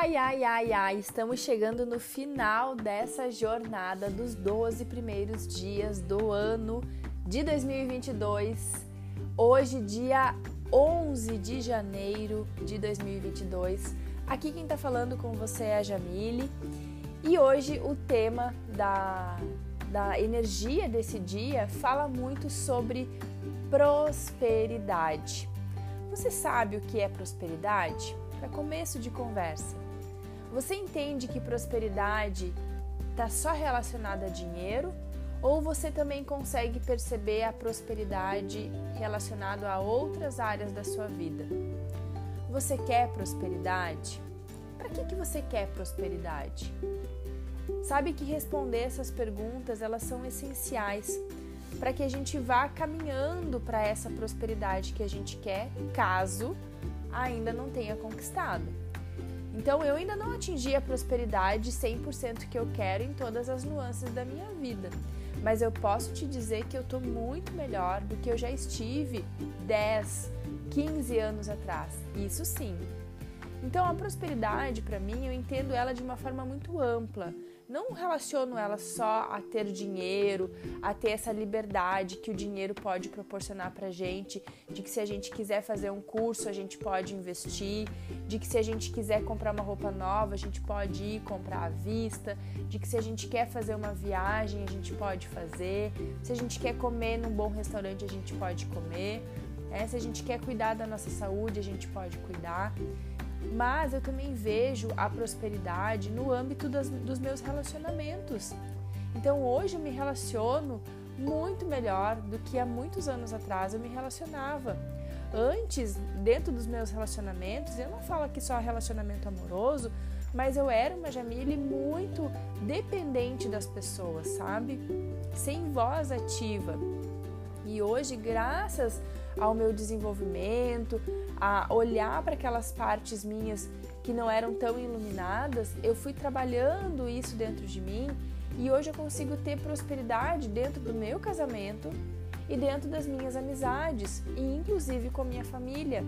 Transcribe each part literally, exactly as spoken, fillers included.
Ai, ai, ai, ai, estamos chegando no final dessa jornada dos doze primeiros dias do ano de dois mil e vinte e dois. Hoje, dia onze de janeiro de dois mil e vinte e dois. Aqui quem tá falando com você é a Jamile. E hoje o tema da, da energia desse dia fala muito sobre prosperidade. Você sabe o que é prosperidade? Para começo de conversa, você entende que prosperidade está só relacionada a dinheiro ou você também consegue perceber a prosperidade relacionada a outras áreas da sua vida? Você quer prosperidade? Para que, que você quer prosperidade? Sabe que responder essas perguntas, elas são essenciais para que a gente vá caminhando para essa prosperidade que a gente quer, caso ainda não tenha conquistado. Então, eu ainda não atingi a prosperidade cem por cento que eu quero em todas as nuances da minha vida, mas eu posso te dizer que eu estou muito melhor do que eu já estive dez, quinze anos atrás, isso sim. Então, a prosperidade, para mim, eu entendo ela de uma forma muito ampla. Não relaciono ela só a ter dinheiro, a ter essa liberdade que o dinheiro pode proporcionar pra gente, de que se a gente quiser fazer um curso, a gente pode investir, de que se a gente quiser comprar uma roupa nova, a gente pode ir comprar à vista, de que se a gente quer fazer uma viagem, a gente pode fazer, se a gente quer comer num bom restaurante, a gente pode comer, né? Se a gente quer cuidar da nossa saúde, a gente pode cuidar. Mas eu também vejo a prosperidade no âmbito das, dos meus relacionamentos. Então hoje eu me relaciono muito melhor do que há muitos anos atrás eu me relacionava. Antes, dentro dos meus relacionamentos, eu não falo aqui só relacionamento amoroso, mas eu era uma Jamile muito dependente das pessoas, sabe? Sem voz ativa. E hoje, graças ao meu desenvolvimento, a olhar para aquelas partes minhas que não eram tão iluminadas, eu fui trabalhando isso dentro de mim e hoje eu consigo ter prosperidade dentro do meu casamento e dentro das minhas amizades e inclusive com a minha família.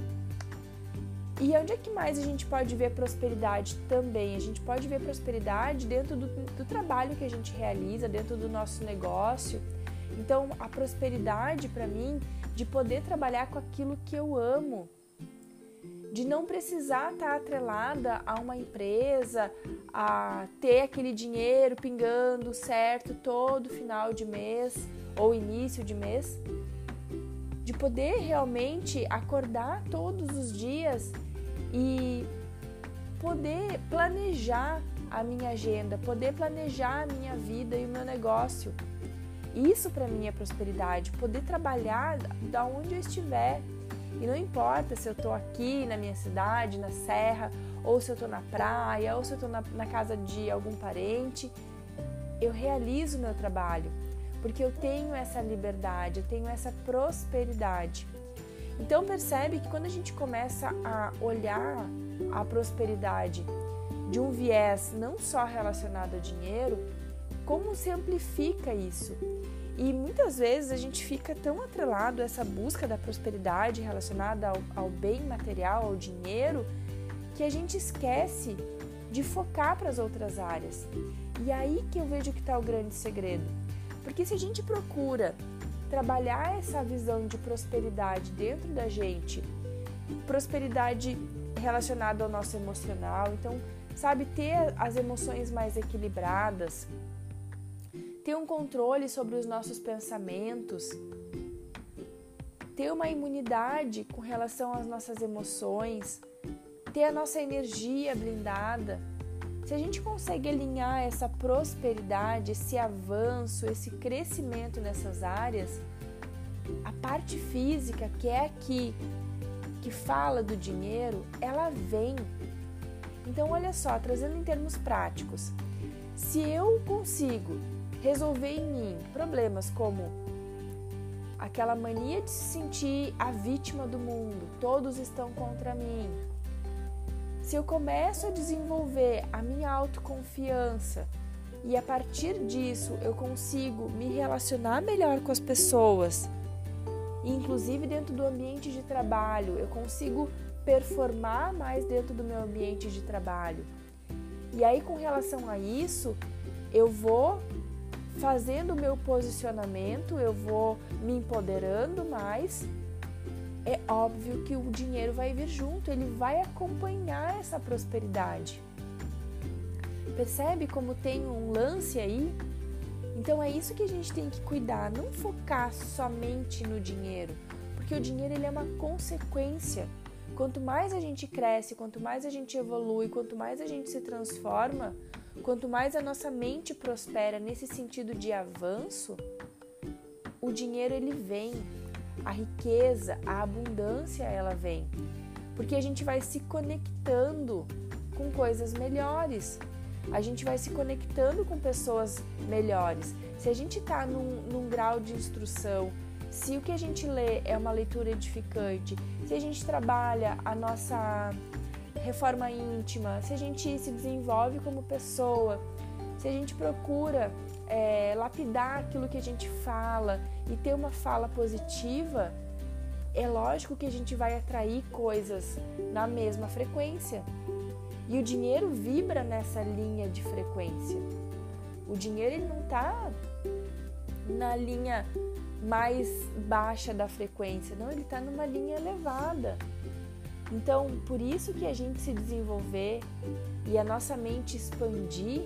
E onde é que mais a gente pode ver prosperidade também? A gente pode ver prosperidade dentro do, do trabalho que a gente realiza, dentro do nosso negócio. Então, a prosperidade para mim, de poder trabalhar com aquilo que eu amo, de não precisar estar atrelada a uma empresa, a ter aquele dinheiro pingando certo todo final de mês ou início de mês, de poder realmente acordar todos os dias e poder planejar a minha agenda, poder planejar a minha vida e o meu negócio. Isso para mim é prosperidade, poder trabalhar da onde eu estiver. E não importa se eu estou aqui na minha cidade, na serra, ou se eu estou na praia, ou se eu estou na, na casa de algum parente, eu realizo o meu trabalho, porque eu tenho essa liberdade, eu tenho essa prosperidade. Então percebe que quando a gente começa a olhar a prosperidade de um viés não só relacionado a dinheiro, como se amplifica isso? E muitas vezes a gente fica tão atrelado a essa busca da prosperidade relacionada ao, ao bem material, ao dinheiro, que a gente esquece de focar para as outras áreas. E aí que eu vejo que está o grande segredo. Porque se a gente procura trabalhar essa visão de prosperidade dentro da gente, prosperidade relacionada ao nosso emocional, então, sabe, ter as emoções mais equilibradas, ter um controle sobre os nossos pensamentos, ter uma imunidade com relação às nossas emoções, ter a nossa energia blindada. Se a gente consegue alinhar essa prosperidade, esse avanço, esse crescimento nessas áreas, a parte física, que é aqui, que fala do dinheiro, ela vem. Então, olha só, trazendo em termos práticos, se eu consigo resolver em mim problemas como aquela mania de se sentir a vítima do mundo, todos estão contra mim. Se eu começo a desenvolver a minha autoconfiança e a partir disso eu consigo me relacionar melhor com as pessoas, inclusive dentro do ambiente de trabalho, eu consigo performar mais dentro do meu ambiente de trabalho. E aí, com relação a isso, eu vou fazendo o meu posicionamento, eu vou me empoderando mais. É óbvio que o dinheiro vai vir junto, ele vai acompanhar essa prosperidade. Percebe como tem um lance aí? Então é isso que a gente tem que cuidar, não focar somente no dinheiro, porque o dinheiro ele é uma consequência. Quanto mais a gente cresce, quanto mais a gente evolui, quanto mais a gente se transforma, quanto mais a nossa mente prospera nesse sentido de avanço, o dinheiro ele vem, a riqueza, a abundância ela vem, porque a gente vai se conectando com coisas melhores, a gente vai se conectando com pessoas melhores. Se a gente está num, num grau de instrução, se o que a gente lê é uma leitura edificante, se a gente trabalha a nossa reforma íntima, se a gente se desenvolve como pessoa, se a gente procura é, lapidar aquilo que a gente fala e ter uma fala positiva, é lógico que a gente vai atrair coisas na mesma frequência. E o dinheiro vibra nessa linha de frequência. O dinheiro ele não está na linha mais baixa da frequência, não, ele está numa linha elevada. Então, por isso que a gente se desenvolver e a nossa mente expandir,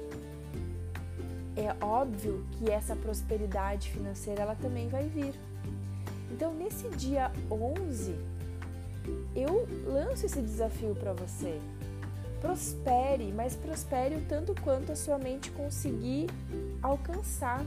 é óbvio que essa prosperidade financeira ela também vai vir. Então, nesse dia onze, eu lanço esse desafio para você. Prospere, mas prospere o tanto quanto a sua mente conseguir alcançar.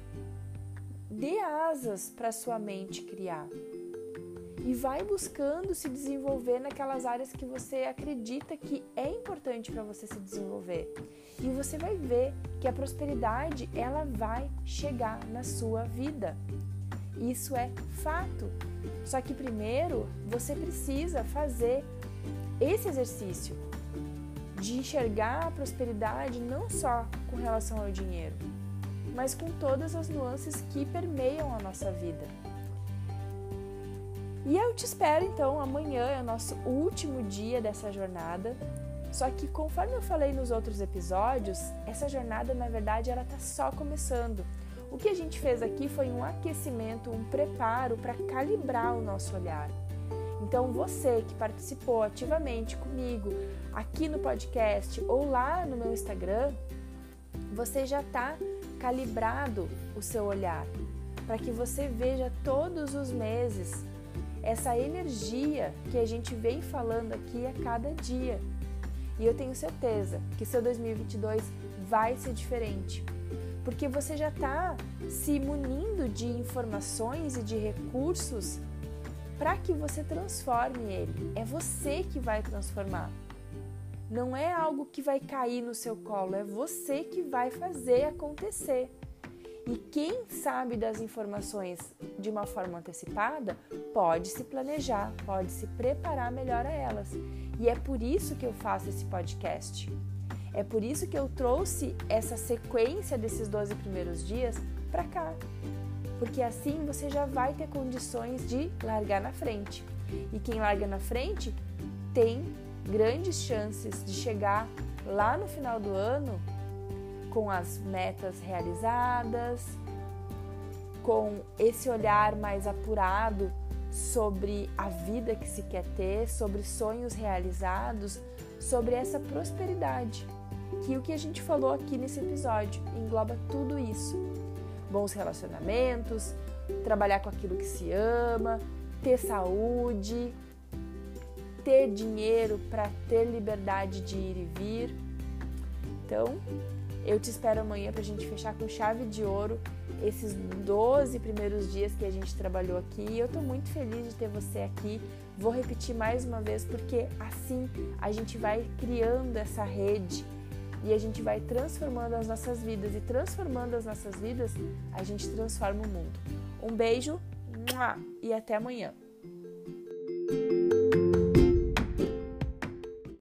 Dê asas para a sua mente criar. E vai buscando se desenvolver naquelas áreas que você acredita que é importante para você se desenvolver. E você vai ver que a prosperidade, ela vai chegar na sua vida. Isso é fato. Só que primeiro, você precisa fazer esse exercício de enxergar a prosperidade não só com relação ao dinheiro, mas com todas as nuances que permeiam a nossa vida. E eu te espero, então, amanhã é o nosso último dia dessa jornada. Só que, conforme eu falei nos outros episódios, essa jornada, na verdade, ela está só começando. O que a gente fez aqui foi um aquecimento, um preparo para calibrar o nosso olhar. Então, você que participou ativamente comigo aqui no podcast ou lá no meu Instagram, você já está calibrado o seu olhar para que você veja todos os meses essa energia que a gente vem falando aqui a cada dia. E eu tenho certeza que seu dois mil e vinte e dois vai ser diferente, porque você já está se munindo de informações e de recursos para que você transforme ele. É você que vai transformar. Não é algo que vai cair no seu colo, é você que vai fazer acontecer. E quem sabe das informações de uma forma antecipada, pode se planejar, pode se preparar melhor a elas. E é por isso que eu faço esse podcast. É por isso que eu trouxe essa sequência desses doze primeiros dias para cá. Porque assim você já vai ter condições de largar na frente. E quem larga na frente tem grandes chances de chegar lá no final do ano com as metas realizadas, com esse olhar mais apurado sobre a vida que se quer ter, sobre sonhos realizados, sobre essa prosperidade, que o que a gente falou aqui nesse episódio engloba tudo isso. Bons relacionamentos, trabalhar com aquilo que se ama, ter saúde, ter dinheiro para ter liberdade de ir e vir. Então, eu te espero amanhã para a gente fechar com chave de ouro esses doze primeiros dias que a gente trabalhou aqui. E eu estou muito feliz de ter você aqui. Vou repetir mais uma vez, porque assim a gente vai criando essa rede e a gente vai transformando as nossas vidas. E transformando as nossas vidas, a gente transforma o mundo. Um beijo e até amanhã.